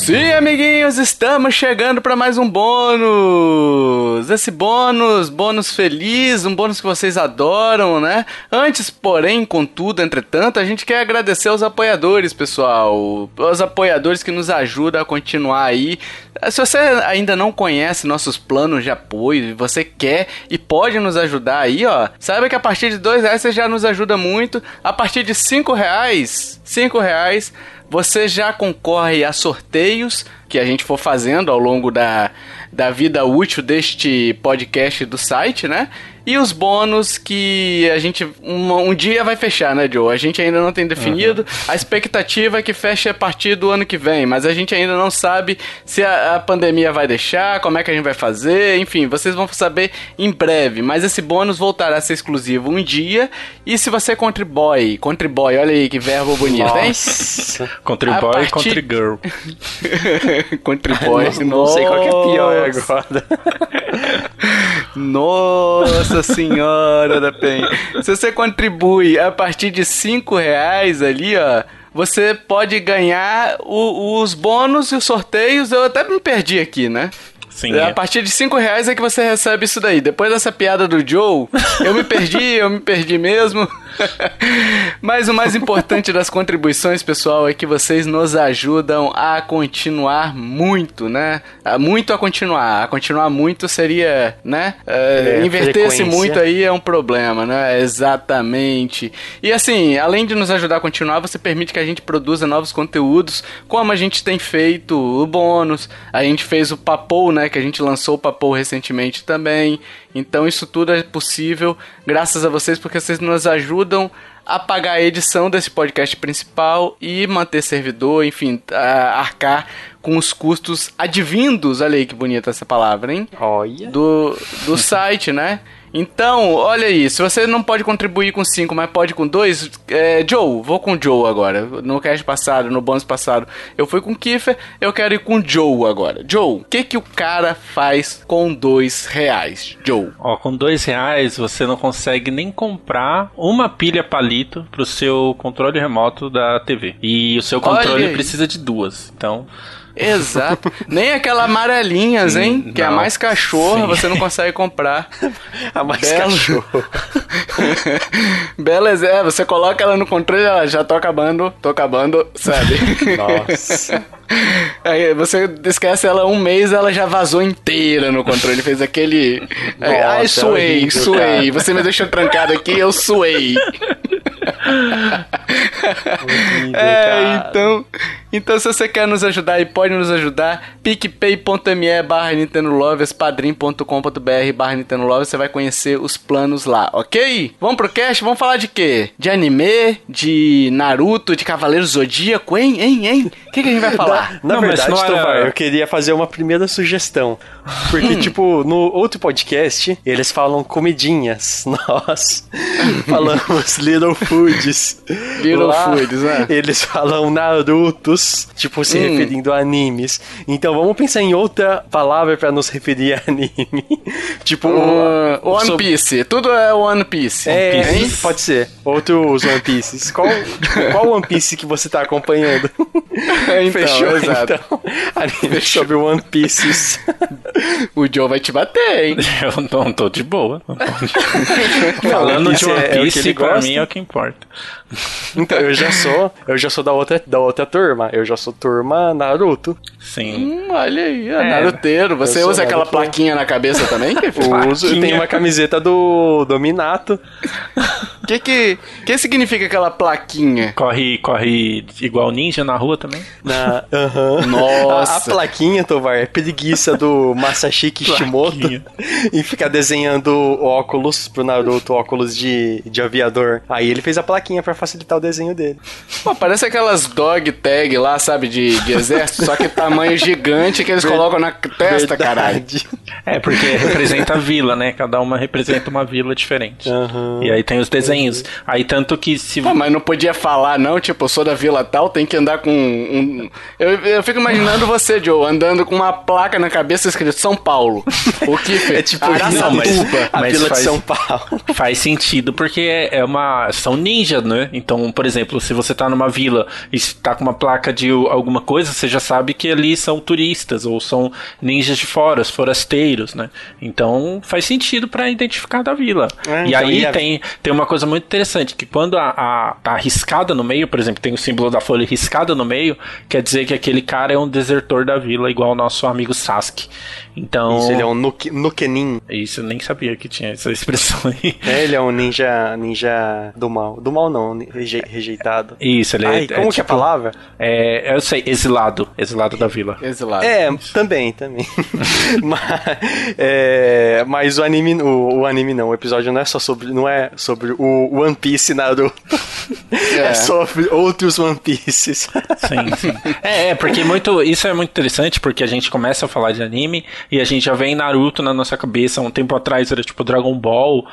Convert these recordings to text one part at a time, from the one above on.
Sim, amiguinhos, estamos chegando para mais um bônus. Esse bônus feliz, um bônus que vocês adoram, né? Antes, porém, contudo, entretanto, a gente quer agradecer aos apoiadores, pessoal. Os apoiadores que nos ajudam a continuar aí. Se você ainda não conhece nossos planos de apoio e você quer e pode nos ajudar aí, ó, saiba que a partir de R$2 você já nos ajuda muito. A partir de R$5, você já concorre a sorteios que a gente for fazendo ao longo da vida útil deste podcast do site, né? E os bônus que a gente um dia vai fechar, né, Joe? A gente ainda não tem definido. A expectativa é que feche a partir do ano que vem, mas a gente ainda não sabe se a pandemia vai deixar, como é que a gente vai fazer, enfim, vocês vão saber em breve. Mas esse bônus voltará a ser exclusivo um dia. E se você contribui, olha aí que verbo bonito, hein? Contribui e contrigirl. Contribui. Não sei qual que é pior agora. Nossa senhora da penha. Se você contribui a partir de R$5 ali, ó, você pode ganhar os bônus e os sorteios. Eu até me perdi aqui, né? Sim, a partir de R$5 é que você recebe isso daí. Depois dessa piada do Joe, eu me perdi mesmo. Mas o mais importante das contribuições, pessoal, é que vocês nos ajudam a continuar muito, né? Muito a continuar. A continuar muito seria, né? Inverter-se muito aí é um problema, né? Exatamente. E assim, além de nos ajudar a continuar, você permite que a gente produza novos conteúdos, como a gente tem feito o bônus, a gente fez o Papou, né? Que a gente lançou o Papou recentemente também. Então isso tudo é possível graças a vocês, porque vocês nos ajudam a pagar a edição desse podcast principal e manter servidor, enfim, arcar com os custos advindos, olha aí que bonita essa palavra, hein? Olha. Do site, né? Então, olha aí, se você não pode contribuir com 5, mas pode com 2, Joe, vou com o Joe agora. No cast passado, no bônus passado, eu fui com o Kiefer, eu quero ir com o Joe agora. Joe, o que o cara faz com R$2, Joe? Ó, com R$2 você não consegue nem comprar uma pilha palito pro seu controle remoto da TV. E o seu controle precisa de 2, então... Exato. Nem aquela amarelinhas, hein? Que é a mais cachorra, você não consegue comprar. A mais cachorra. Bela, você coloca ela no controle, ela já tô acabando, sabe? Nossa. Aí você esquece ela um mês, ela já vazou inteira no controle, fez aquele... Ai, suei, você me deixou trancado aqui, eu suei. Então se você quer nos ajudar e pode nos ajudar, picpay.me/NintendoLovers, padrim.com.br/NintendoLovers, você vai conhecer os planos lá, ok? Vamos pro cast, vamos falar de quê? De anime, de Naruto, de Cavaleiro Zodíaco, hein? O que a gente vai falar? Na verdade, Tovar, eu queria fazer uma primeira sugestão. Porque, tipo, no outro podcast, eles falam comidinhas. Nós falamos Little Foods. Foods, né? Eles falam Narutos, tipo, se referindo a animes. Então, vamos pensar em outra palavra pra nos referir a anime. Tipo... One Piece. Tudo é One Piece. Pode ser. Outros One Pieces. Qual One Piece que você tá acompanhando? Então, fechou, exato. Então. Anime sobre One Pieces. O Joe vai te bater, hein? Eu não tô de boa. Falando de One Piece, pra mim é o que importa. Então, eu já sou da outra turma. Eu já sou turma Naruto. Sim. Olha aí, naruteiro. Você usa aquela plaquinha na cabeça também? Uso, eu tenho uma camiseta do Minato. O que significa aquela plaquinha? Corre igual ninja na rua também? Nossa. A plaquinha, Tovar, é preguiça do Masashi Kishimoto e ficar desenhando óculos pro Naruto, óculos de aviador. Aí ele fez a plaquinha pra facilitar o desenho dele. Pô, parece aquelas dog tag lá, sabe, de exército, só que tamanho gigante que eles colocam na testa, caralho. É, porque representa a vila, né? Cada uma representa uma vila diferente. E aí tem os desenhos desenhos. Aí tanto que se... Pô, mas não podia falar não, tipo, eu sou da vila tal, tem que andar com um... Eu fico imaginando você, Joe, andando com uma placa na cabeça escrito São Paulo. O que é tipo Araçatuba, a vila de São Paulo. Faz sentido, porque são ninjas, né? Então, por exemplo, se você tá numa vila e tá com uma placa de alguma coisa, você já sabe que ali são turistas ou são ninjas de fora, os forasteiros, né? Então, faz sentido pra identificar da vila. E então, aí tem uma coisa muito interessante, que quando tá riscada no meio, por exemplo, tem o símbolo da folha riscada no meio, quer dizer que aquele cara é um desertor da vila, igual o nosso amigo Sasuke. Então... Isso, ele é um Nukenin. Isso, eu nem sabia que tinha essa expressão aí. Ele é um ninja do mal. Do mal não, rejeitado. Isso, ele é... Como que é a palavra? Eu sei, exilado da vila. Exilado. Também. Mas o anime não, o episódio não é sobre o One Piece Naruto. É sobre outros One Pieces. Sim. Porque isso é muito interessante, porque a gente começa a falar de anime e a gente já vem Naruto na nossa cabeça. Um tempo atrás era tipo Dragon Ball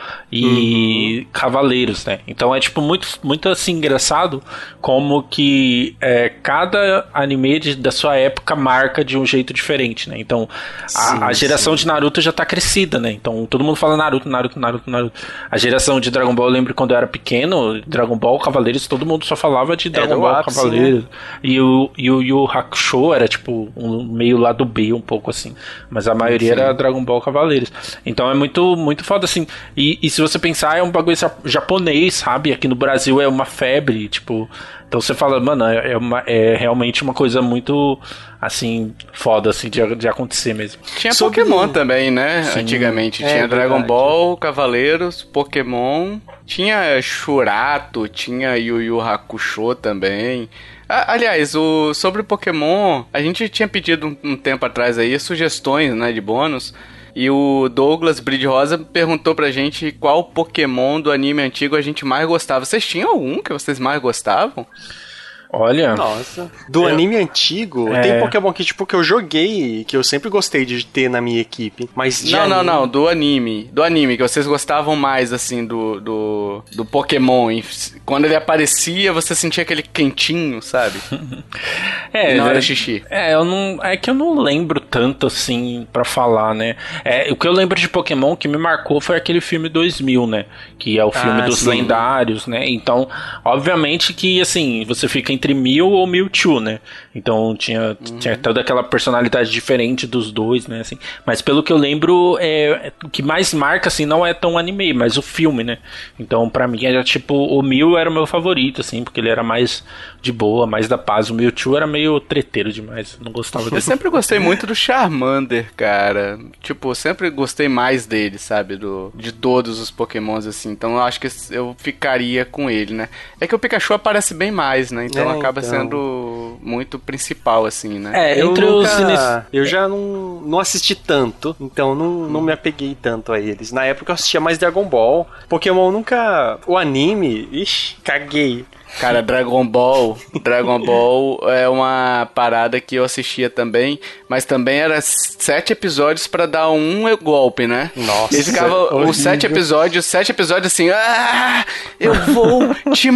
e Cavaleiros, né? Então é tipo muito assim engraçado como que cada anime da sua época marca de um jeito diferente, né? Então a geração de Naruto já tá crescida, né? Então todo mundo fala Naruto. A geração de Dragon Ball, eu lembro quando eu era pequeno, Dragon Ball, Cavaleiros, todo mundo só falava de Dragon Ball, ápice, Cavaleiros. Né? E o Yu Hakusho era tipo um meio lado B, um pouco assim. Mas a maioria era Dragon Ball, Cavaleiros. Então é muito, muito foda, assim. E se você pensar, é um bagulho japonês, sabe? Aqui no Brasil é uma febre, tipo... Então você fala, mano, é realmente uma coisa muito, assim, foda, assim, de acontecer mesmo. Tinha Pokémon também, né? Sim. Antigamente. Tinha Dragon Ball, Cavaleiros, Pokémon. Tinha Shurato, tinha Yu Yu Hakusho também. Aliás, sobre o Pokémon, a gente tinha pedido um tempo atrás aí sugestões, né, de bônus. E o Douglas Bride Rosa perguntou pra gente qual Pokémon do anime antigo a gente mais gostava. Vocês tinham algum que vocês mais gostavam? Olha... Nossa. Do anime antigo, tem Pokémon que, tipo, que eu joguei, que eu sempre gostei de ter na minha equipe. Mas Não, do anime. Do anime, que vocês gostavam mais, assim, do Pokémon. Quando ele aparecia, você sentia aquele quentinho, sabe? Na hora xixi. É que eu não lembro tanto, assim, pra falar, né? O que eu lembro de Pokémon que me marcou foi aquele filme 2000, né? Que é o filme dos lendários, né? Então, obviamente que, assim, você fica entre Mew ou Mewtwo, né? Então tinha toda aquela personalidade diferente dos dois, né? Assim. Mas pelo que eu lembro, o que mais marca, assim, não é tão anime, mas o filme, né? Então pra mim era tipo, o Mew era o meu favorito, assim, porque ele era mais de boa, mais da paz. O Mewtwo era meio treteiro demais, não gostava dele. Eu sempre gostei muito do Charmander, cara. Tipo, sempre gostei mais dele, sabe? De todos os Pokémons, assim. Então eu acho que eu ficaria com ele, né? É que o Pikachu aparece bem mais, né? Então acaba sendo muito principal, assim, né? Eu já não assisti tanto, então não me apeguei tanto a eles. Na época eu assistia mais Dragon Ball. Pokémon nunca... O anime, caguei. Cara, Dragon Ball é uma parada que eu assistia também, mas também era 7 episódios pra dar um golpe, né? Nossa. E ficava os 7 episódios assim, eu vou te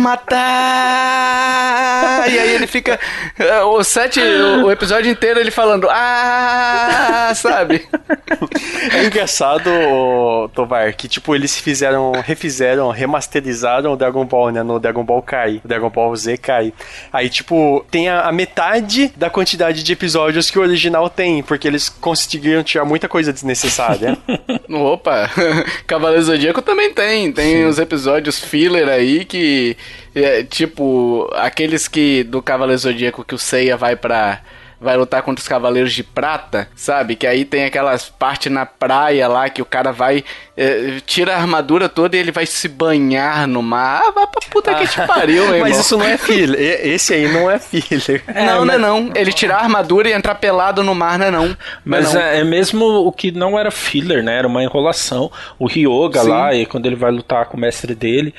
matar! E aí ele fica o episódio inteiro ele falando, sabe? É engraçado, Tovar, que tipo, eles remasterizaram o Dragon Ball, né, no Dragon Ball Kai. Dragon Ball Z cai. Aí, tipo, tem a metade da quantidade de episódios que o original tem, porque eles conseguiram tirar muita coisa desnecessária. Opa! Cavaleiro Zodíaco também tem. Tem os episódios filler aí que, tipo, aqueles do Cavaleiro Zodíaco que o Seiya vai lutar contra os Cavaleiros de Prata, sabe? Que aí tem aquelas partes na praia lá que o cara vai... tira a armadura toda e ele vai se banhar no mar. Vai pra puta que te pariu, meu irmão. Mas isso não é filler. Esse aí não é filler. Não. Ele tirar a armadura e entrar pelado no mar, não. Mas é mesmo o que não era filler, né? Era uma enrolação. O Ryoga lá, e quando ele vai lutar com o mestre dele,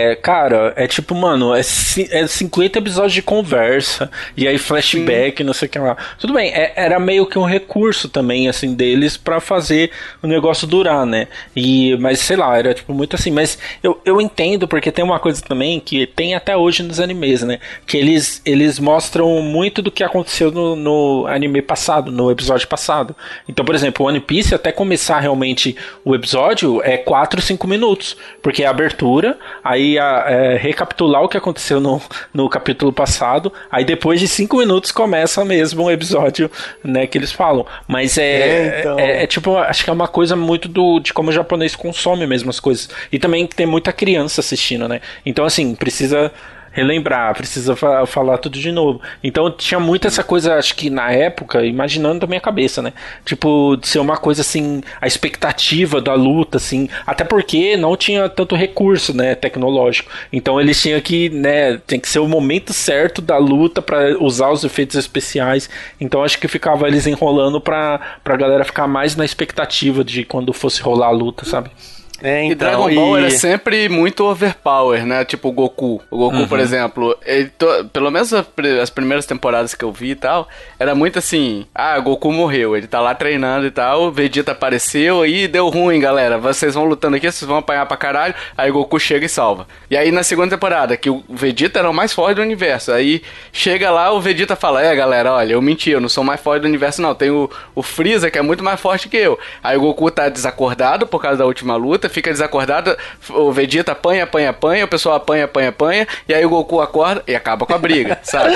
cara, é tipo, mano, é 50 episódios de conversa, e aí flashback, não sei o que lá. Tudo bem, era meio que um recurso também, assim, deles pra fazer o negócio durar, né? Mas, sei lá, era tipo muito assim. Mas eu entendo, porque tem uma coisa também que tem até hoje nos animes, né? Que eles mostram muito do que aconteceu no anime passado, no episódio passado. Então, por exemplo, One Piece, até começar realmente o episódio, é 4, 5 minutos. Porque é a abertura, aí recapitular o que aconteceu no capítulo passado, aí depois de 5 minutos começa mesmo o episódio, né, que eles falam. Mas então... tipo, acho que é uma coisa muito de como o japonês consome mesmo as coisas. E também tem muita criança assistindo, né? Então, assim, precisa relembrar, precisa falar tudo de novo. Então tinha muito essa coisa, acho que na época, imaginando da minha cabeça, né? Tipo, de ser uma coisa assim, a expectativa da luta, assim, até porque não tinha tanto recurso, né, tecnológico. Então eles tinham que, né, tem que ser o momento certo da luta pra usar os efeitos especiais. Então acho que ficava eles enrolando pra galera ficar mais na expectativa de quando fosse rolar a luta, sabe? Então, e Dragon Ball era sempre muito overpower, né? Tipo o Goku. O Goku, por exemplo, pelo menos as primeiras temporadas que eu vi e tal, era muito assim, Goku morreu, ele tá lá treinando e tal, o Vegeta apareceu, aí deu ruim, galera, vocês vão lutando aqui, vocês vão apanhar pra caralho, aí o Goku chega e salva. E aí na segunda temporada, que o Vegeta era o mais forte do universo, aí chega lá, o Vegeta fala, galera, olha, eu menti, eu não sou mais forte do universo não, tem o Freeza que é muito mais forte que eu. Aí o Goku tá desacordado por causa da última luta, fica desacordado, o Vegeta apanha, o pessoal apanha, e aí o Goku acorda e acaba com a briga, sabe?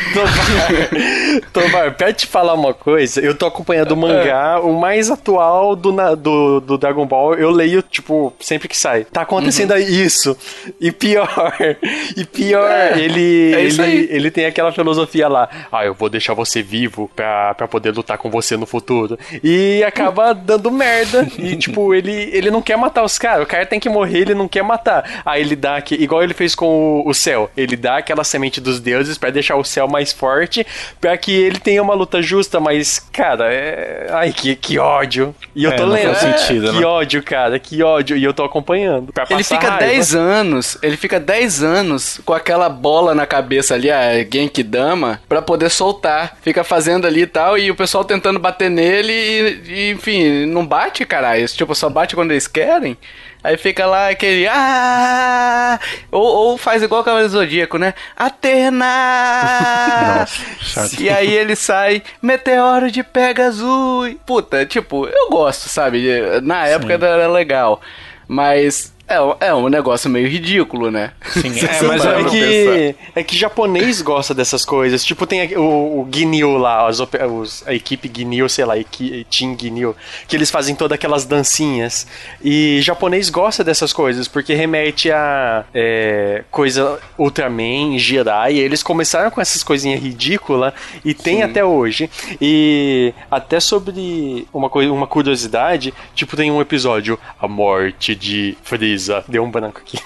Tomar, pra te falar uma coisa, eu tô acompanhando o mangá, o mais atual do Dragon Ball, eu leio, tipo, sempre que sai. Tá acontecendo isso. E pior, ele tem aquela filosofia lá, eu vou deixar você vivo pra poder lutar com você no futuro. E acaba dando merda. E, tipo, ele não quer matar os caras, o cara tem que morrer, ele não quer matar. Aí ele dá, igual ele fez com o céu, ele dá aquela semente dos deuses pra deixar o céu mais forte, pra que ele tenha uma luta justa, mas, cara, ai, que ódio. E eu tô lendo. Sentido, que ódio, cara, que ódio. E eu tô acompanhando. Ele fica raiva. 10 anos com aquela bola na cabeça ali, a Genkidama, pra poder soltar. Fica fazendo ali e tal, e o pessoal tentando bater nele e enfim, não bate, caralho. Tipo, só bate quando eles querem. Aí fica lá aquele... Ou faz igual o Cavaleiro Zodíaco, né? Atena! Nossa, e aí ele sai... Meteoro de Pegasus! Puta, tipo, eu gosto, sabe? Na época era legal. Mas... É um negócio meio ridículo, né? Sim, mas é que japonês gosta dessas coisas. Tipo, tem o Ginyu lá, a equipe Ginyu, sei lá, Team Ginyu, que eles fazem todas aquelas dancinhas. E japonês gosta dessas coisas, porque remete a coisa Ultraman, Jirai. Eles começaram com essas coisinhas ridículas e tem até hoje. E até sobre uma curiosidade, tipo, tem um episódio, A Morte de Freeza. Deu um branco aqui.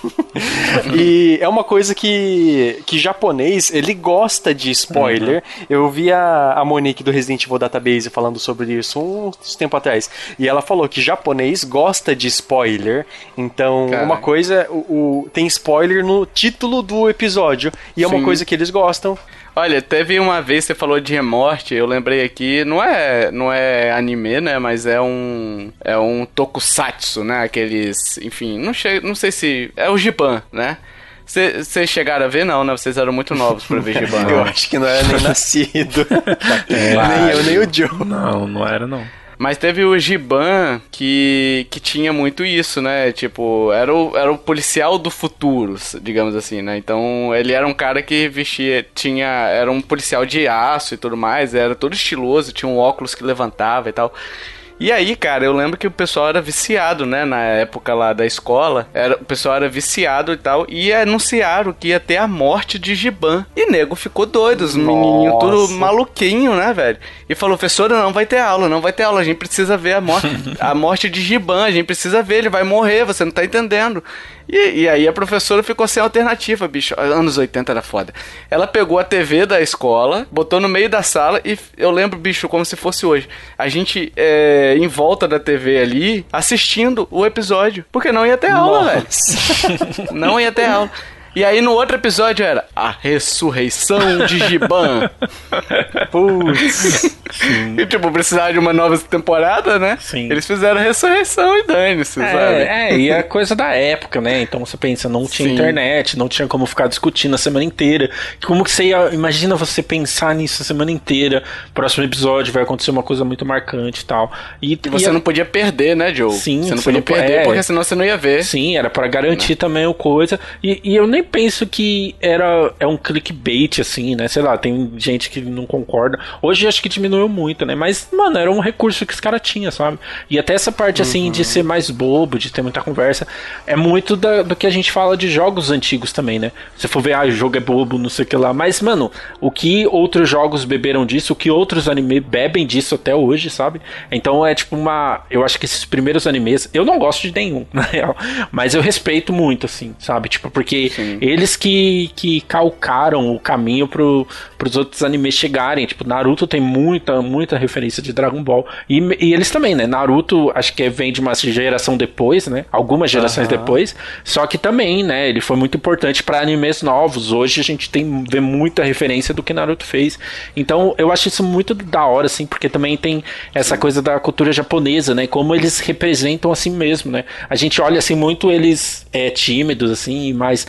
E é uma coisa que japonês, ele gosta de spoiler. Eu vi a Monique do Resident Evil Database falando sobre isso uns tempo atrás. E ela falou que japonês gosta de spoiler. Então, uma coisa, tem spoiler no título do episódio. E é uma coisa que eles gostam. Olha, teve uma vez que você falou de remorte, eu lembrei aqui, não é anime, né, mas é um tokusatsu, né, aqueles, enfim, não sei se, é o Giban, né? Vocês chegaram a ver? Não, né? Vocês eram muito novos pra ver Giban. Eu acho que não era nem nascido. Nem eu, nem o Joe. Não era não. Mas teve o Giban que tinha muito isso, né? Tipo, era o policial do futuro, digamos assim, né? Então, ele era um cara que era um policial de aço e tudo mais, era todo estiloso, tinha um óculos que levantava e tal. E aí, cara, eu lembro que o pessoal era viciado, né? Na época lá da escola, o pessoal era viciado e tal, e anunciaram que ia ter a morte de Giban. E nego ficou doido, os menininhos tudo maluquinho, né, velho? E falou, professora, não vai ter aula, a gente precisa ver a morte de Giban, a gente precisa ver, ele vai morrer, você não tá entendendo. E aí a professora ficou sem alternativa, bicho. Anos 80 era foda. Ela pegou a TV da escola, botou no meio da sala e eu lembro, bicho, como se fosse hoje. A gente, em volta da TV ali, assistindo o episódio. Porque não ia ter aula, velho. Não ia ter aula. E aí no outro episódio era a ressurreição de Giban. Putz. E tipo, precisava de uma nova temporada, né? Sim. Eles fizeram a ressurreição e dane-se, sabe? E é coisa da época, né? Então você pensa, não tinha Sim. internet, não tinha como ficar discutindo a semana inteira. Como que você ia... Imagina você pensar nisso a semana inteira. Próximo episódio vai acontecer uma coisa muito marcante e tal. E você não podia perder, né, Joe? Sim, você não podia perder, porque senão você não ia ver. Sim, era pra garantir também o coisa. E eu nem penso que é um clickbait, assim, né? Sei lá, tem gente que não concorda. Hoje acho que diminuiu muito, né? Mas, mano, era um recurso que os caras tinham, sabe? E até essa parte, assim, de ser mais bobo, de ter muita conversa, é muito do que a gente fala de jogos antigos também, né? Se for ver, o jogo é bobo, não sei o que lá. Mas, mano, o que outros jogos beberam disso, o que outros anime bebem disso até hoje, sabe? Então é tipo eu acho que esses primeiros animes, eu não gosto de nenhum, na real, mas eu respeito muito, assim, sabe? Tipo, porque eles que calcaram o caminho pros outros animes chegarem. Tipo, Naruto tem muita referência de Dragon Ball. E eles também, né? Naruto, acho que vem de uma geração depois, né? Algumas gerações depois. Só que também, né? Ele foi muito importante pra animes novos. Hoje a gente vê muita referência do que Naruto fez. Então, eu acho isso muito da hora, assim, porque também tem essa coisa da cultura japonesa, né? Como eles representam assim mesmo, né? A gente olha, assim, muito eles tímidos, assim, mais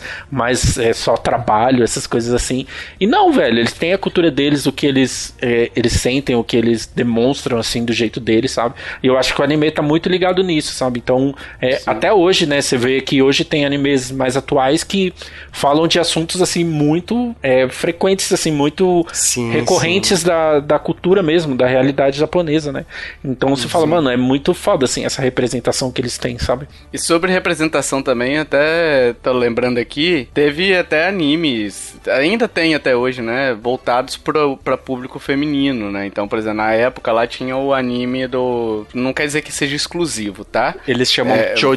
só trabalho, essas coisas assim. E não, velho, eles têm a cultura deles, o que eles sentem, o que eles demonstram, assim, do jeito deles, sabe? E eu acho que o anime tá muito ligado nisso, sabe? Então, até hoje, né? Você vê que hoje tem animes mais atuais que falam de assuntos, assim, muito frequentes, assim, muito recorrentes da cultura mesmo, da realidade japonesa, né? Então você fala, mano, é muito foda, assim, essa representação que eles têm, sabe? E sobre representação também, até tô lembrando aqui, teve até animes, ainda tem até hoje, né, voltados pra público feminino, né? Então, por exemplo, na época lá tinha o anime não quer dizer que seja exclusivo, tá? Eles chamam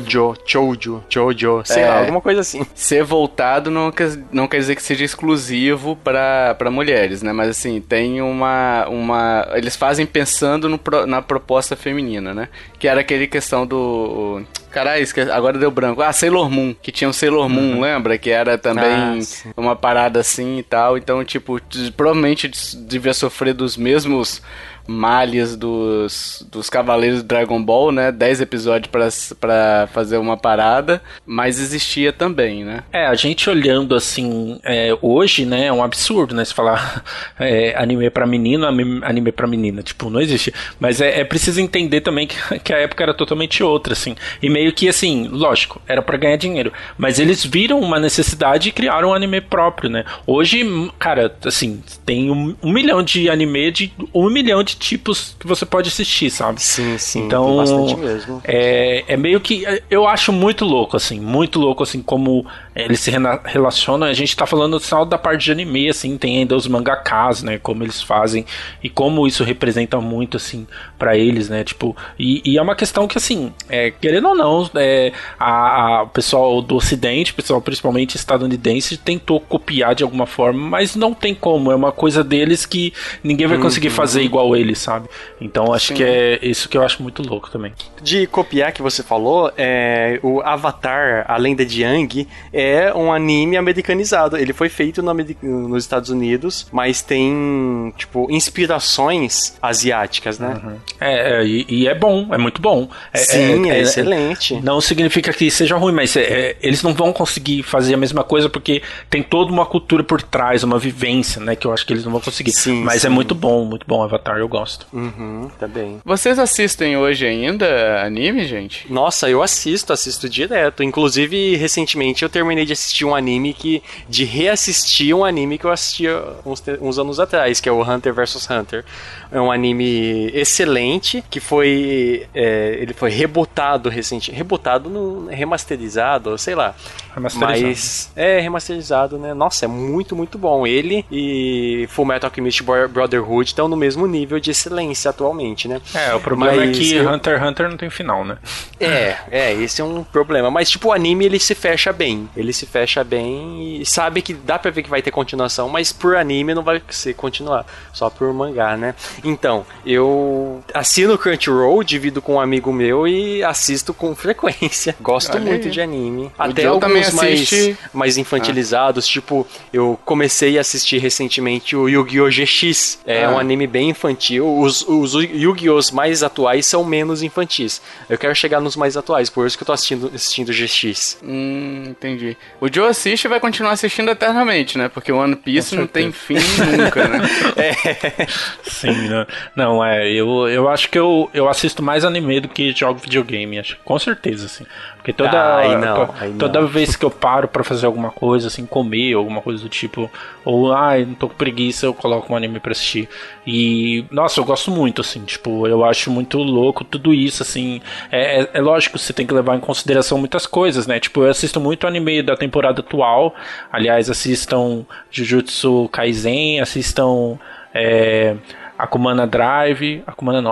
Chojo, sei lá, alguma coisa assim. Ser voltado não quer dizer que seja exclusivo pra mulheres, né? Mas assim, tem eles fazem pensando na proposta feminina, né? Que era aquele questão do... Caralho, agora deu branco. Sailor Moon, que tinha o Sailor Moon, lembra? Que era também uma parada assim e tal. Então, tipo, provavelmente devia sofrer dos mesmos males dos Cavaleiros do Dragon Ball, né? 10 episódios pra fazer uma parada, mas existia também, né? A gente olhando assim, hoje, né, é um absurdo, né? Se falar anime pra menino, anime pra menina, tipo, não existe. Mas é preciso entender também que a época era totalmente outra, assim. E meio que, assim, lógico, era pra ganhar dinheiro. Mas eles viram uma necessidade e criaram um anime próprio, né? Hoje, cara, assim, tem 1 milhão de anime de 1 milhão de tipos que você pode assistir, sabe? Sim, então, tem bastante mesmo. É meio que... Eu acho muito louco, assim, como eles se relacionam. A gente tá falando só da parte de anime, assim, tem ainda os mangakas, né, como eles fazem e como isso representa muito, assim, pra eles, né, tipo, e é uma questão que, assim, querendo ou não, o pessoal do ocidente, o pessoal principalmente estadunidense, tentou copiar de alguma forma, mas não tem como, é uma coisa deles que ninguém vai conseguir fazer igual eles, sabe? Então acho que é isso que eu acho muito louco também. De copiar que você falou, o Avatar, a Lenda de Aang, é um anime americanizado. Ele foi feito nos Estados Unidos, mas tem, tipo, inspirações asiáticas, né? E é bom, é muito bom. É excelente. Não significa que seja ruim, mas eles não vão conseguir fazer a mesma coisa porque tem toda uma cultura por trás, uma vivência, né? Que eu acho que eles não vão conseguir. Mas é muito bom Avatar, eu gosto. Tá bem. Vocês assistem hoje ainda anime, gente? Nossa, eu assisto direto. Inclusive, recentemente eu terminei de assistir um anime de reassistir um anime que eu assistia uns anos atrás, que é o Hunter vs Hunter. É um anime excelente, que ele foi rebotado remasterizado, sei lá. Mas remasterizado, né? Nossa, é muito, muito bom. Ele e Fullmetal Alchemist Brotherhood estão no mesmo nível de excelência atualmente, né? O problema é que Hunter x Hunter não tem final, né? Esse é um problema. Mas, tipo, o anime, ele se fecha bem. Ele se fecha bem e sabe que dá pra ver que vai ter continuação, mas por anime não vai ser continuar, só por mangá, né? Então, eu assino o Crunchyroll, divido com um amigo meu e assisto com frequência. Gosto muito de anime. Até alguns mais infantilizados, tipo, eu comecei a assistir recentemente o Yu-Gi-Oh! GX. É um anime bem infantil. Os Yu-Gi-Ohs mais atuais são menos infantis. Eu quero chegar nos mais atuais, por isso que eu tô assistindo GX. Entendi. O Joe assiste e vai continuar assistindo eternamente, né? Porque o One Piece não tem fim nunca, né? Sim, né? Não, eu acho que eu assisto mais anime do que jogo videogame, acho. Com certeza, assim. Porque toda vez que eu paro pra fazer alguma coisa, assim, comer, alguma coisa do tipo, ou, não tô com preguiça, eu coloco um anime pra assistir. E, nossa, eu gosto muito, assim, tipo, eu acho muito louco tudo isso, assim. É lógico, você tem que levar em consideração muitas coisas, né? Tipo, eu assisto muito anime da temporada atual. Aliás, assistam Jujutsu Kaisen, assistam Akuma Drive.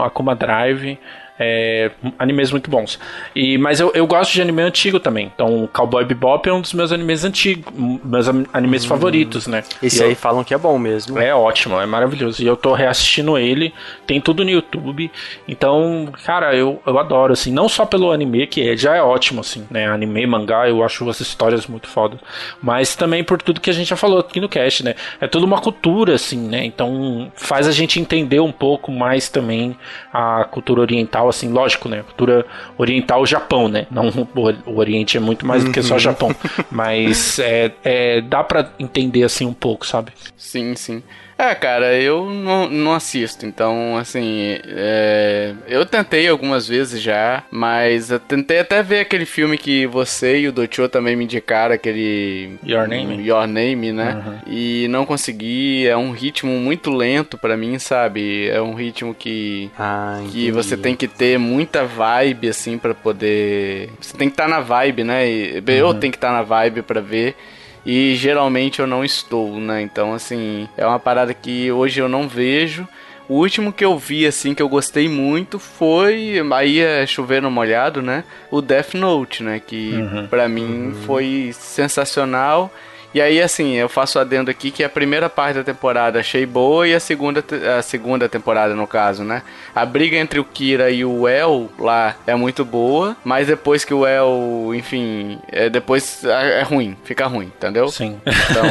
Animes muito bons. Mas eu gosto de anime antigo também. Então, Cowboy Bebop é um dos meus animes antigos, meus animes favoritos, né? Esse aí falam que é bom mesmo. É ótimo, é maravilhoso. E eu tô reassistindo ele, tem tudo no YouTube. Então, cara, eu adoro, assim, não só pelo anime, que já é ótimo, assim, né? Anime, mangá, eu acho as histórias muito foda. Mas também por tudo que a gente já falou aqui no cast, né? É toda uma cultura, assim, né? Então, faz a gente entender um pouco mais também a cultura oriental, assim, lógico, né? Cultura oriental, Japão, né? Não, o Oriente é muito mais do que só Japão. Mas dá pra entender, assim, um pouco, sabe? Sim, sim. Cara, eu não assisto, então, assim, eu tentei algumas vezes já, mas eu tentei até ver aquele filme que você e o Docho também me indicaram, aquele... Your Name, né? Uhum. E não consegui, é um ritmo muito lento pra mim, sabe? É um ritmo que você tem que ter muita vibe, assim, pra poder... Você tem que estar na vibe, né? Eu tenho que estar na vibe pra ver. E geralmente eu não estou, né? Então, assim, é uma parada que hoje eu não vejo. O último que eu vi, assim, que eu gostei muito foi... Aí é chover no molhado, né? O Death Note, né? Que pra mim foi sensacional. E aí, assim, eu faço adendo aqui que a primeira parte da temporada achei boa e a segunda temporada, no caso, né? A briga entre o Kira e o El lá é muito boa, mas depois que o El, enfim, depois é ruim, fica ruim, entendeu? Sim. Então...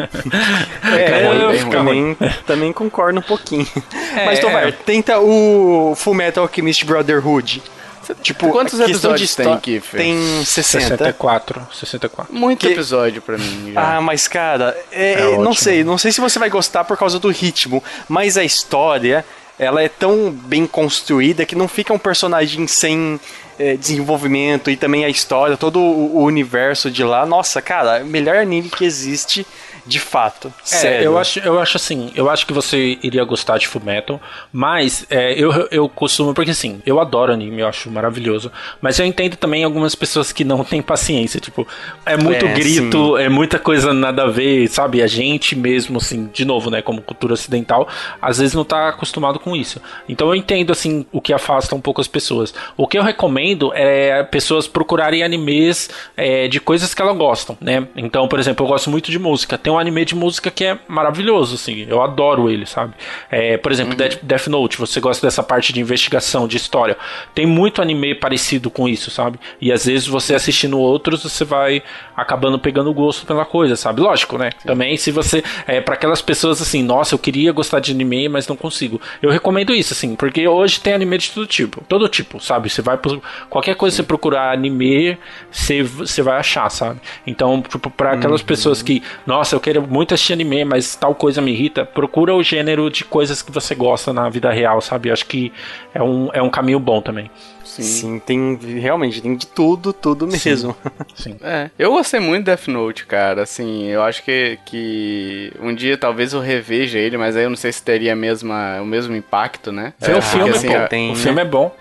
também concordo um pouquinho. Mas, Tovar, tenta o Fullmetal Alchemist Brotherhood. Tipo, quantos episódios tem, Kiffer? Tem 60. 64. Muito episódio pra mim já. Mas cara, não sei se você vai gostar por causa do ritmo, mas a história, ela é tão bem construída que não fica um personagem sem desenvolvimento, e também a história, todo o universo de lá. Nossa, cara, melhor anime que existe de fato. Sério. Eu acho assim, eu acho que você iria gostar de Fullmetal, mas eu costumo, porque assim, eu adoro anime, eu acho maravilhoso, mas eu entendo também algumas pessoas que não têm paciência, tipo, é muito grito, sim. É muita coisa nada a ver, sabe? A gente mesmo, assim, de novo, né, como cultura ocidental, às vezes não tá acostumado com isso. Então eu entendo, assim, o que afasta um pouco as pessoas. O que eu recomendo é pessoas procurarem animes de coisas que elas gostam, né? Então, por exemplo, eu gosto muito de música. Tem um anime de música que é maravilhoso, assim, eu adoro ele, sabe? Por exemplo, Death Note, você gosta dessa parte de investigação, de história. Tem muito anime parecido com isso, sabe? E às vezes você assistindo outros, você vai acabando pegando gosto pela coisa, sabe? Lógico, né? Sim. Também se você... para aquelas pessoas assim, nossa, eu queria gostar de anime, mas não consigo. Eu recomendo isso, assim, porque hoje tem anime de todo tipo, sabe? Você vai por qualquer coisa que você procurar anime, você vai achar, sabe? Então, tipo, pra aquelas pessoas que, nossa, eu quero muito assistir anime, mas tal coisa me irrita, procura o gênero de coisas que você gosta na vida real, sabe? Acho que é um caminho bom também. Sim, realmente tem de tudo mesmo. Sim. Eu gostei muito de Death Note, cara. Assim, eu acho que um dia talvez eu reveja ele, mas aí eu não sei se teria o mesmo impacto, né? Vê o filme, assim, o filme é bom.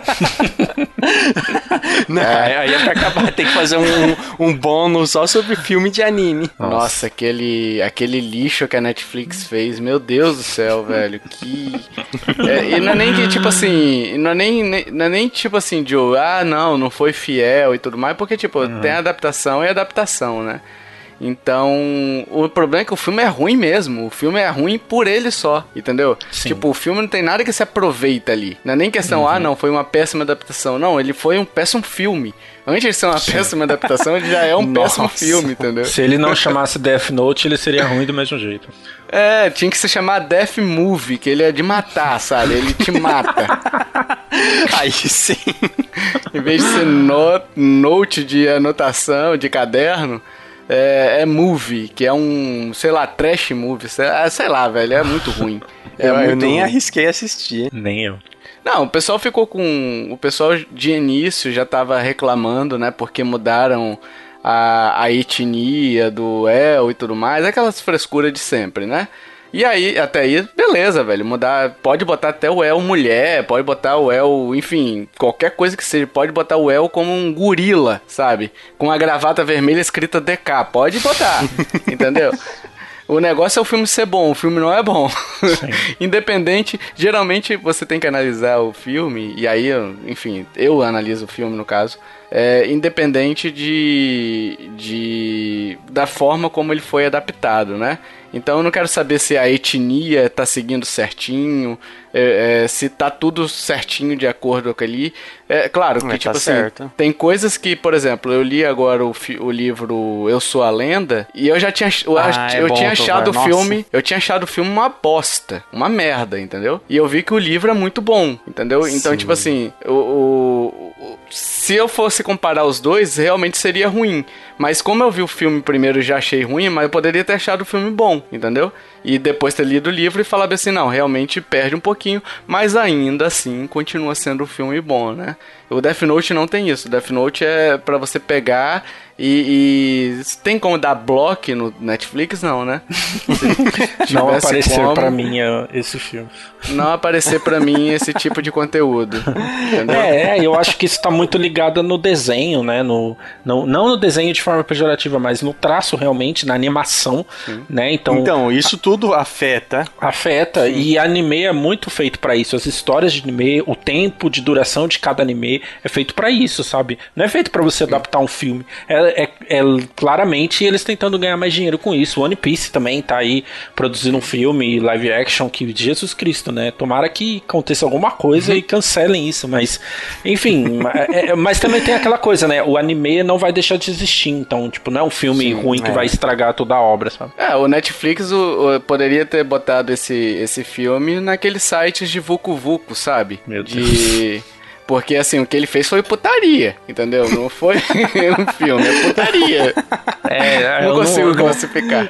Não, aí é pra acabar, tem que fazer um bônus só sobre filme de anime. Nossa, aquele lixo que a Netflix fez, meu Deus do céu, velho, e não é nem que, tipo assim, não é nem tipo assim, Joe, não foi fiel e tudo mais, porque, tipo, tem adaptação e adaptação, né? Então, o problema é que o filme é ruim mesmo. O filme é ruim por ele só, entendeu? Sim. Tipo, o filme não tem nada que se aproveita ali. Não é nem questão, não, foi uma péssima adaptação. Não, ele foi um péssimo filme. Antes de ser uma péssima adaptação, ele já é um péssimo filme, entendeu? Se ele não chamasse Death Note, ele seria ruim do mesmo jeito. Tinha que se chamar Death Movie, que ele é de matar, sabe? Ele te mata. Aí sim. Em vez de ser note de anotação, de caderno, é movie, que é um, sei lá, trash movie, sei lá, velho, é muito ruim. Eu nem arrisquei assistir. Nem eu. Não, o pessoal o pessoal de início já tava reclamando, né, porque mudaram a etnia do El e tudo mais, aquelas frescuras de sempre, né? E aí, até aí, beleza, velho, pode botar até o El mulher, pode botar o El, enfim, qualquer coisa que seja, pode botar o El como um gorila, sabe? Com a gravata vermelha escrita DK, pode botar, entendeu? O negócio é o filme ser bom, o filme não é bom. Independente, geralmente você tem que analisar o filme, e aí, enfim, eu analiso o filme no caso, independente da forma como ele foi adaptado, né? Então eu não quero saber se a etnia tá seguindo certinho, se tá tudo certinho de acordo com ali. Claro que, tipo assim, tem coisas que, por exemplo, eu li agora o livro Eu Sou a Lenda, e eu já tinha, eu tinha achado o filme, uma bosta, uma merda, entendeu? E eu vi que o livro é muito bom, entendeu? Então, tipo assim, se eu fosse comparar os dois, realmente seria ruim. Mas como eu vi o filme primeiro e já achei ruim, mas eu poderia ter achado o filme bom, entendeu? E depois ter lido o livro e falar assim, não, realmente perde um pouquinho, mas ainda assim continua sendo um filme bom, né? O Death Note não tem isso. O Death Note é pra você pegar e tem como dar block no Netflix? Não, né? Não aparecer pra mim esse filme. Não aparecer pra mim esse tipo de conteúdo. Entendeu? Eu acho que isso tá muito ligado no desenho, né? Não no desenho de forma pejorativa, mas no traço realmente, na animação, né? Então, isso tudo afeta. Afeta, e anime é muito feito pra isso. As histórias de anime, o tempo de duração de cada anime é feito pra isso, sabe? Não é feito pra você adaptar um filme. Claramente eles tentando ganhar mais dinheiro com isso. One Piece também tá aí produzindo um filme live action que, Jesus Cristo, né? Tomara que aconteça alguma coisa e cancelem isso, mas enfim, mas também tem aquela coisa, né? O anime não vai deixar de existir, então, tipo, não é um filme ruim que vai estragar toda a obra, sabe? O Netflix poderia ter botado esse filme naqueles sites de Vucu Vucu, sabe? Meu Deus. Porque, assim, o que ele fez foi putaria, entendeu? Não foi um filme, é putaria. Não consigo classificar.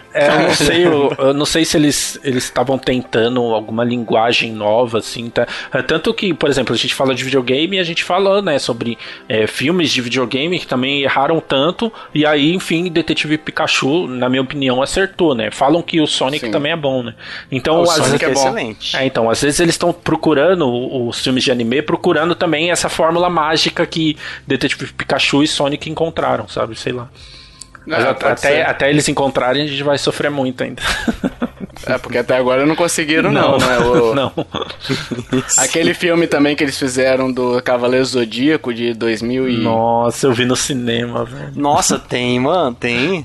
Eu não sei se eles estavam tentando alguma linguagem nova, assim, tá? Tanto que, por exemplo, a gente fala de videogame e a gente fala, né, sobre filmes de videogame que também erraram tanto, e aí, enfim, Detetive Pikachu, na minha opinião, acertou, né? Falam que o Sonic também é bom, né? Então, o Sonic é excelente. Então, às vezes eles estão procurando, os filmes de anime, procurando também essa fórmula mágica que Detetive Pikachu e Sonic encontraram, sabe? Sei lá. Mas até eles encontrarem, a gente vai sofrer muito ainda. Porque até agora não conseguiram, não, né? Não. Aquele filme também que eles fizeram do Cavaleiro Zodíaco de 2000 e... Nossa, eu vi no cinema, velho. Nossa, tem, mano, tem.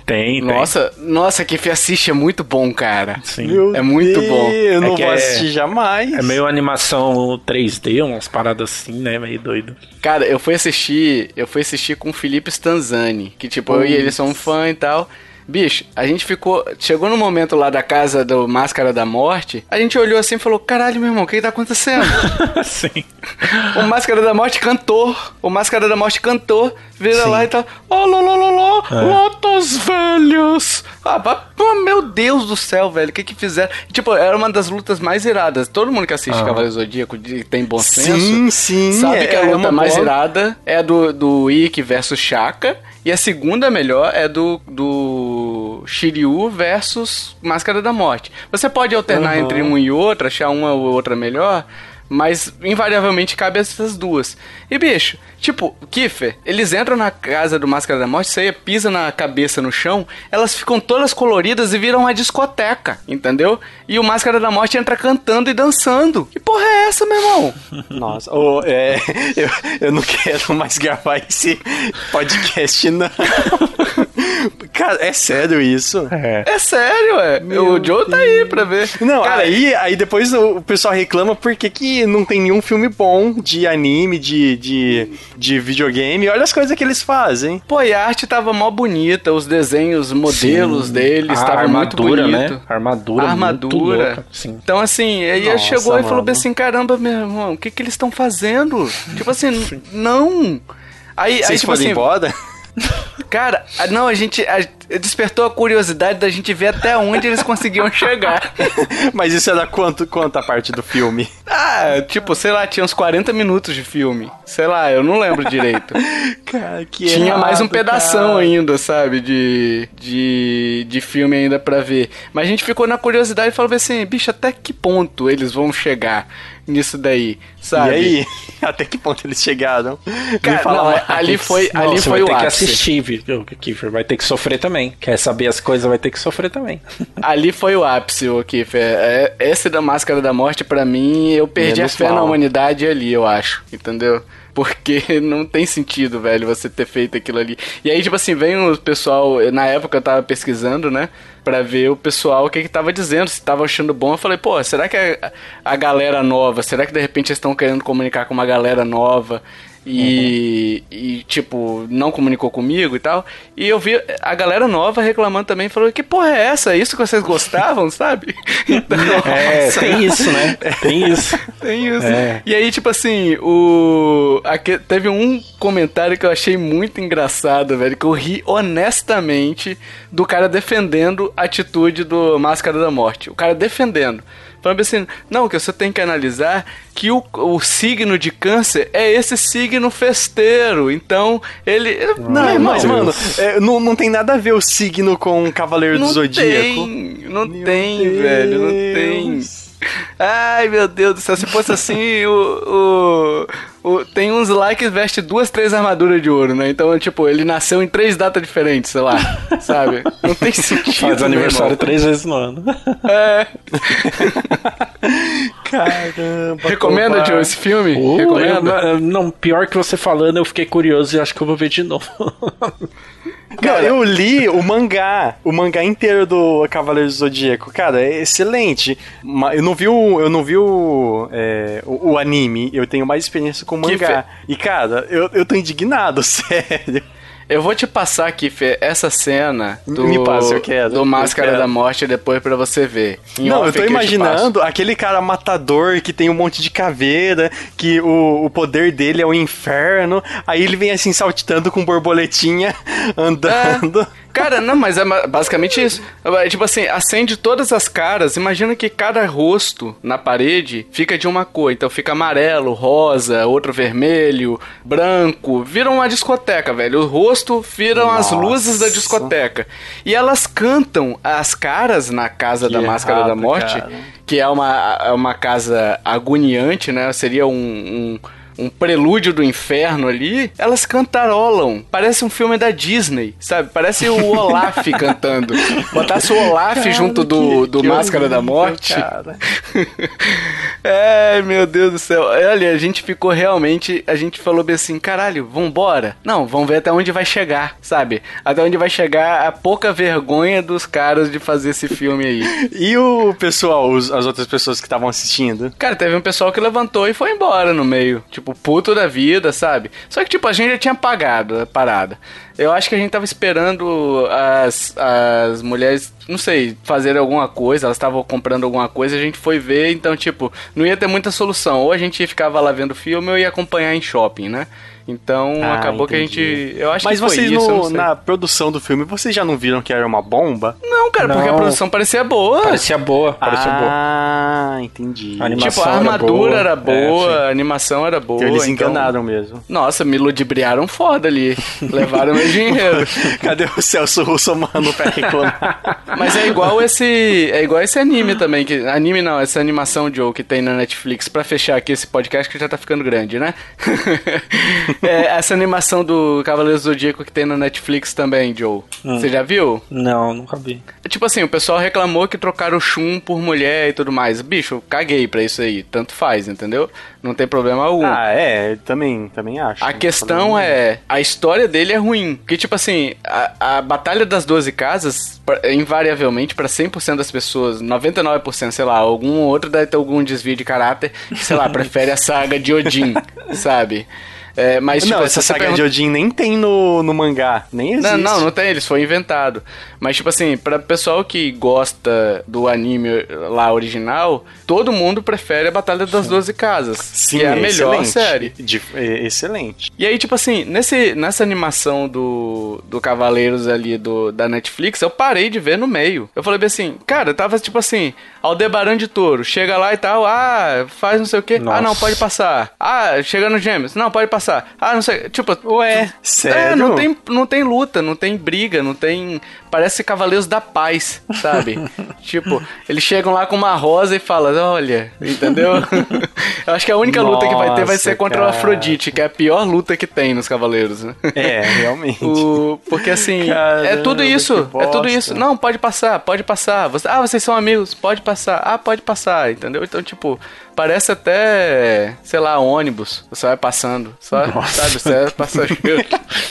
Nossa, que assiste é muito bom, cara. Sim. É muito bom. Eu não vou assistir jamais. É meio animação 3D, umas paradas assim, né? Meio doido. Cara, eu fui assistir com o Felipe Stanzani, que tipo, eu e ele somos fã e tal. bicho, a gente chegou no momento lá da casa do Máscara da Morte, a gente olhou assim e falou, caralho, meu irmão, o que tá acontecendo? Sim. O Máscara da Morte cantou, vira lá e tá, latas velhas. Meu Deus do céu, velho, o que fizeram? Tipo, era uma das lutas mais iradas. Todo mundo que assiste Cavaleiro Zodíaco tem bom senso, sabe que a luta mais irada é a do Ikki versus Shaka, e a segunda melhor é do Shiryu versus Máscara da Morte. Você pode alternar entre um e outro, achar uma ou outra melhor, mas invariavelmente cabe essas duas. E bicho, tipo, Kiefer, eles entram na casa do Máscara da Morte, você pisa na cabeça no chão, elas ficam todas coloridas e viram uma discoteca, entendeu? E o Máscara da Morte entra cantando e dançando. Que porra é essa, meu irmão? Nossa, eu não quero mais gravar esse podcast, não. Cara, é sério isso? É sério, o Joe tá aí pra ver. Não, cara, aí depois o pessoal reclama porque que não tem nenhum filme bom de anime, de videogame. Olha as coisas que eles fazem. Pô, e a arte tava mó bonita, os desenhos, modelos deles estavam muito bonitos. Né? A armadura muito louca. Sim. Então, assim, aí ele chegou e falou assim, caramba, meu irmão, o que eles estão fazendo? Tipo assim, não... Vocês tipo foram assim, embora? Cara, não, a gente despertou a curiosidade da gente ver até onde eles conseguiam chegar. Mas isso era quanto a parte do filme? Tipo, sei lá, tinha uns 40 minutos de filme. Sei lá, eu não lembro direito. Cara, que tinha errado, mais um pedação ainda, sabe, de filme ainda pra ver. Mas a gente ficou na curiosidade e falou assim, bicho, até que ponto eles vão chegar nisso daí, sabe? E aí? Até que ponto eles chegaram? Cara, não, ali foi o ápice. Vai ter que assistir, Kiefer, vai ter que sofrer também. Quer saber as coisas, vai ter que sofrer também. Ali foi o ápice, o Kiefer. Esse da Máscara da Morte, pra mim, eu perdi a fé na humanidade ali, eu acho, entendeu? Porque não tem sentido, velho, você ter feito aquilo ali. E aí, tipo assim, vem o pessoal... Na época eu tava pesquisando, né? Pra ver o pessoal o que tava dizendo, se tava achando bom. Eu falei, pô, será que a galera nova... Será que de repente eles estão querendo comunicar com uma galera nova... E, tipo, não comunicou comigo e tal. E eu vi a galera nova reclamando também, falou, que porra é essa? É isso que vocês gostavam, sabe? Então, tem isso, né? Tem isso. Tem isso. E aí, tipo assim, teve um comentário que eu achei muito engraçado, velho, que eu ri honestamente do cara defendendo a atitude do Máscara da Morte. O cara defendendo. Falando assim, não, que você tem que analisar que o signo de Câncer é esse signo festeiro. Então, ele... Não, mas, mano, não tem nada a ver o signo com o Cavaleiro do Zodíaco. Não tem, velho, não tem. Ai, meu Deus do céu, se fosse assim, tem uns lá que veste 2, 3 armaduras de ouro, né? Então, tipo, ele nasceu em 3 datas diferentes, sei lá, sabe? Não tem sentido. Faz aniversário 3 vezes no ano. Caramba. Recomenda, Joe, esse filme? Recomenda? Não, pior que você falando, eu fiquei curioso e acho que eu vou ver de novo. Cara, eu li o mangá inteiro do Cavaleiro do Zodíaco. Cara, é excelente. Eu não vi o anime, eu tenho mais experiência com o mangá. E, cara, eu tô indignado, sério. Eu vou te passar aqui, Fê, essa cena Me passa, eu quero. Do Máscara da Morte depois pra você ver. Não, eu tô imaginando aquele cara matador que tem um monte de caveira, que o poder dele é o inferno, aí ele vem assim saltitando com borboletinha, andando. Cara, não, mas é basicamente isso. Tipo assim, acende todas as caras. Imagina que cada rosto na parede fica de uma cor. Então fica amarelo, rosa, outro vermelho, branco. Vira uma discoteca, velho. O rosto viram as luzes da discoteca. E elas cantam as caras na casa da Máscara da Morte, cara. Que é uma casa agoniante, né? Seria um prelúdio do inferno ali, elas cantarolam. Parece um filme da Disney, sabe? Parece o Olaf cantando. Botasse o Olaf junto do Máscara da Morte. Cara. Meu Deus do céu. Olha, a gente ficou realmente... A gente falou bem assim, caralho, vambora? Não, vamos ver até onde vai chegar, sabe? Até onde vai chegar a pouca vergonha dos caras de fazer esse filme aí. E o pessoal, as outras pessoas que estavam assistindo? Cara, teve um pessoal que levantou e foi embora no meio. Tipo tipo, puto da vida, sabe? Só que, tipo, a gente já tinha pagado a parada. Eu acho que a gente tava esperando as mulheres, não sei, fazerem alguma coisa, elas estavam comprando alguma coisa, a gente foi ver, então, tipo, não ia ter muita solução. Ou a gente ficava lá vendo filme ou ia acompanhar em shopping, né? Então, acabou que a gente... Eu acho Mas que foi vocês isso, na produção do filme, vocês já não viram que era uma bomba? Não, cara, porque a produção parecia boa. Parecia boa. Ah, entendi. A animação Tipo, a armadura era boa, sim. a animação era boa. Então eles então... enganaram mesmo. Nossa, me ludibriaram foda ali. Levaram meu dinheiro. Cadê o Celso Russomano pra reclamar? Mas é igual esse anime também. Anime não, essa animação, Joe, que tem na Netflix. Pra fechar aqui esse podcast que já tá ficando grande, né? Essa animação do Cavaleiro Zodíaco que tem na Netflix também, Joe. Você já viu? Não, nunca vi. Tipo assim, o pessoal reclamou que trocaram o Shun por mulher e tudo mais. Bicho, eu caguei pra isso aí. Tanto faz, entendeu? Não tem problema algum. Também acho. A questão a história dele é ruim. Porque, tipo assim, a Batalha das 12 Casas, invariavelmente, pra 100% das pessoas, 99%, sei lá, algum outro deve ter algum desvio de caráter, que, sei lá, prefere a saga de Odin, sabe? Mas, tipo, não, essa saga de Odin nem tem no mangá, nem existe. Não tem, eles foi inventado. Mas, tipo assim, pra pessoal que gosta do anime lá original, todo mundo prefere a Batalha das 12 Casas. Sim, que é a melhor série. Excelente. E aí, tipo assim, nessa animação do Cavaleiros ali da Netflix, eu parei de ver no meio. Eu falei bem assim, cara, tava tipo assim, Aldebaran de Touro, chega lá e tal, faz não sei o quê, Nossa. não, pode passar. Chega no Gêmeos, não, pode passar. Não sei, tipo... Ué, sério? Não tem luta, não tem briga, não tem... Parece Cavaleiros da Paz, sabe? Tipo, eles chegam lá com uma rosa e falam, olha, entendeu? Eu acho que a única luta que vai ter vai ser contra o Afrodite, que é a pior luta que tem nos Cavaleiros, né? Realmente. Porque assim, Caramba, é tudo isso. Não, pode passar. Vocês são amigos, pode passar, entendeu? Então, tipo, parece até, sei lá, ônibus. Você vai passando, sabe? Você é passageiro.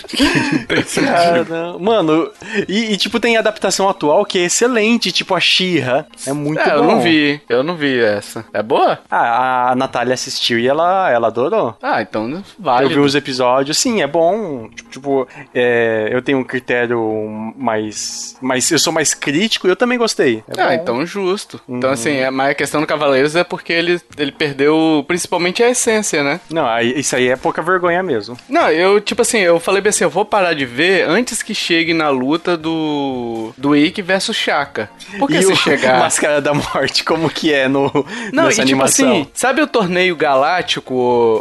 Caramba. Mano, e tipo, tem adaptação atual que é excelente, tipo a She-Ra. É muito bom. Eu não vi essa. É boa? A Natália assistiu e ela adorou. Então vale. Eu vi os episódios, sim, é bom. Tipo, eu tenho um critério mais eu sou mais crítico e eu também gostei. Então justo. Então assim, mas a questão do Cavaleiros é porque ele perdeu principalmente a essência, né? Não, isso aí é pouca vergonha mesmo. Não, eu falei bem assim, eu vou parar de ver antes que chegue na luta do Ikki versus Shaka. Porque se chegar... Máscara da Morte, como que é nessa animação? Tipo assim, sabe o torneio galáctico,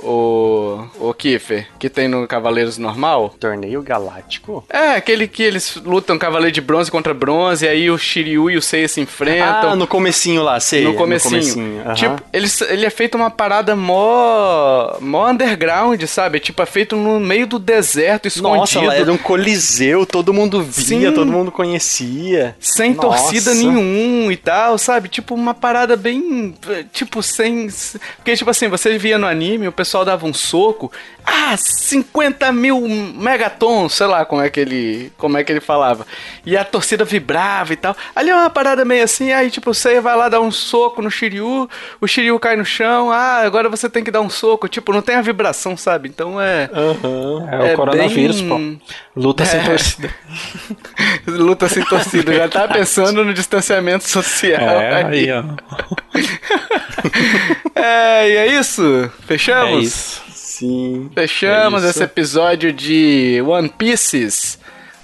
o Kiefer, que tem no Cavaleiros normal? Torneio galáctico? Aquele que eles lutam Cavaleiro de Bronze contra Bronze, e aí o Shiryu e o Seiya se enfrentam. No comecinho lá, sei. No comecinho. Tipo, ele é feito uma parada mó underground, sabe? Tipo, é feito no meio do deserto, escondido. Nossa, lá era um coliseu, todo mundo via, sim, todo mundo conhecia. Sem torcida nenhum e tal, sabe? Tipo, uma parada bem... Tipo, sem... Porque, tipo assim, você via no anime, o pessoal dava um soco... 50 mil megatons, sei lá como é que ele falava. E a torcida vibrava e tal. Ali é uma parada meio assim, aí tipo, você vai lá dar um soco no Shiryu, o Shiryu cai no chão, agora você tem que dar um soco. Tipo, não tem a vibração, sabe? Então é o coronavírus, pô. Luta sem torcida. Luta sem torcida. Já tá pensando no distanciamento social. Aí, ó. E é isso? Fechamos? É isso. Sim. Fechamos esse episódio de One Pieces.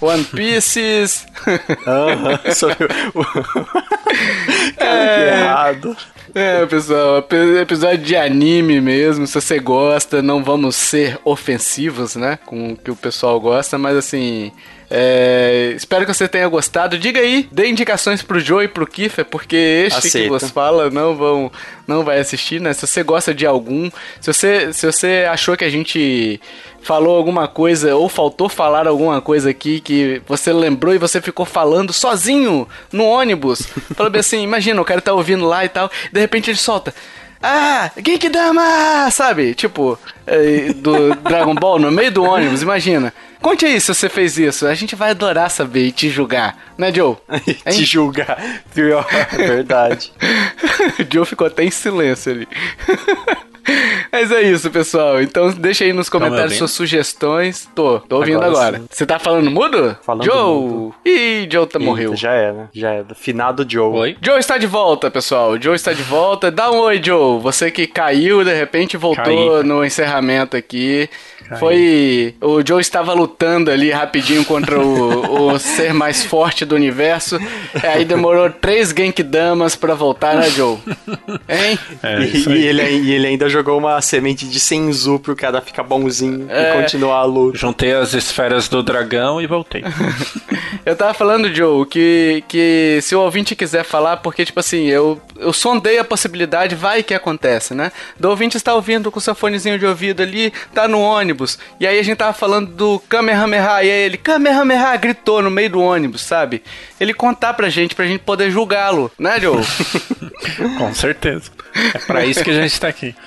Errado. Pessoal, episódio de anime mesmo. Se você gosta, não vamos ser ofensivos, né? Com o que o pessoal gosta, mas assim... espero que você tenha gostado. Diga aí, dê indicações pro Joe e pro Kiefer, porque que vos fala não vai assistir, né? Se você gosta de algum, se você achou que a gente falou alguma coisa ou faltou falar alguma coisa aqui que você lembrou e você ficou falando sozinho no ônibus, falou bem assim, imagina, o cara tá ouvindo lá e tal, de repente ele solta Genkidama, sabe? Tipo, do Dragon Ball no meio do ônibus, imagina. Conte aí se você fez isso, a gente vai adorar saber e te julgar, né, Joe? Te julgar, pior, verdade. O Joe ficou até em silêncio ali. Mas é isso, pessoal. Então deixa aí nos comentários suas sugestões. Tô ouvindo agora. Você tá falando mudo? Falando Joe! mudo. Ih, Joe morreu. Já era. Finado Joe. Oi? Joe está de volta, pessoal. Joe está de volta. Dá um oi, Joe. Você que caiu, de repente voltou no encerramento aqui. O Joe estava lutando ali rapidinho contra o ser mais forte do universo. Aí demorou 3 Genkidamas pra voltar, né, Joe? Hein? E ele ainda jogou uma semente de Senzu pro cara ficar bonzinho e continuar a luta. Juntei as esferas do dragão e voltei. Eu tava falando, Joe, que se o ouvinte quiser falar, porque, tipo assim, eu sondei a possibilidade, vai que acontece, né? Do ouvinte está ouvindo com seu fonezinho de ouvido ali, tá no ônibus, e aí a gente tava falando do Kamehameha, e aí ele, Kamehameha, gritou no meio do ônibus, sabe? Ele contar pra gente poder julgá-lo, né, Joe? Com certeza. É pra isso que a gente tá aqui.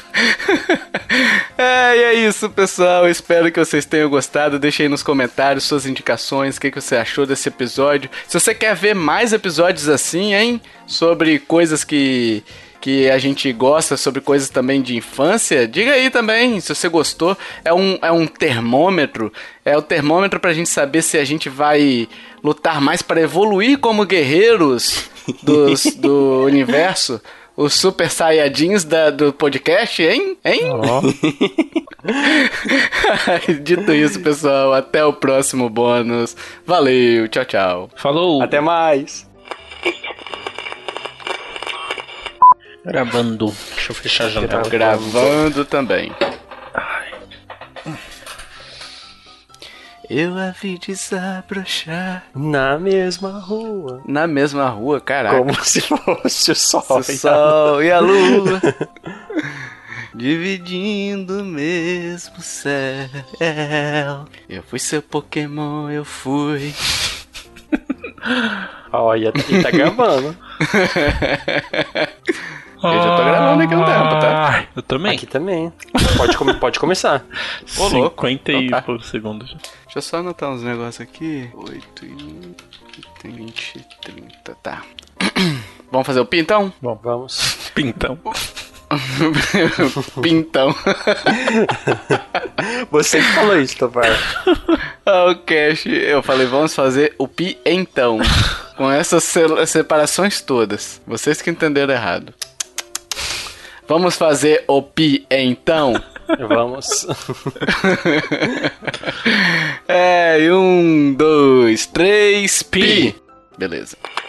E é isso, pessoal. Espero que vocês tenham gostado. Deixe aí nos comentários suas indicações, o que você achou desse episódio. Se você quer ver mais episódios assim, hein? Sobre coisas que a gente gosta, sobre coisas também de infância, diga aí também se você gostou. É um termômetro. É o termômetro pra gente saber se a gente vai lutar mais para evoluir como guerreiros do universo. Os Super Saiyajins do podcast, hein? Oh. Dito isso, pessoal, até o próximo bônus. Valeu, tchau, tchau. Falou. Até mais. Gravando. Deixa eu fechar a janela. Gravando também. Eu a vi desabrochar na mesma rua. Na mesma rua, caraca. Como se fosse o sol e a lua. Dividindo o mesmo céu. Eu fui seu Pokémon, eu fui. Olha, ele tá gravando. Eu já tô gravando aqui um tempo, tá? Eu também. Aqui também. Pode começar. 50 e por segundo. Deixa eu só anotar uns negócios aqui. 8 e 20, 30, tá. Vamos fazer o pintão? Bom, vamos. Pintão. Pintão. Você que falou isso, Topar. O Cash, eu falei, vamos fazer o pientão. Com essas separações todas. Vocês que entenderam errado. Vamos fazer o pientão? Vamos. 1, 2, 3, pi. Beleza.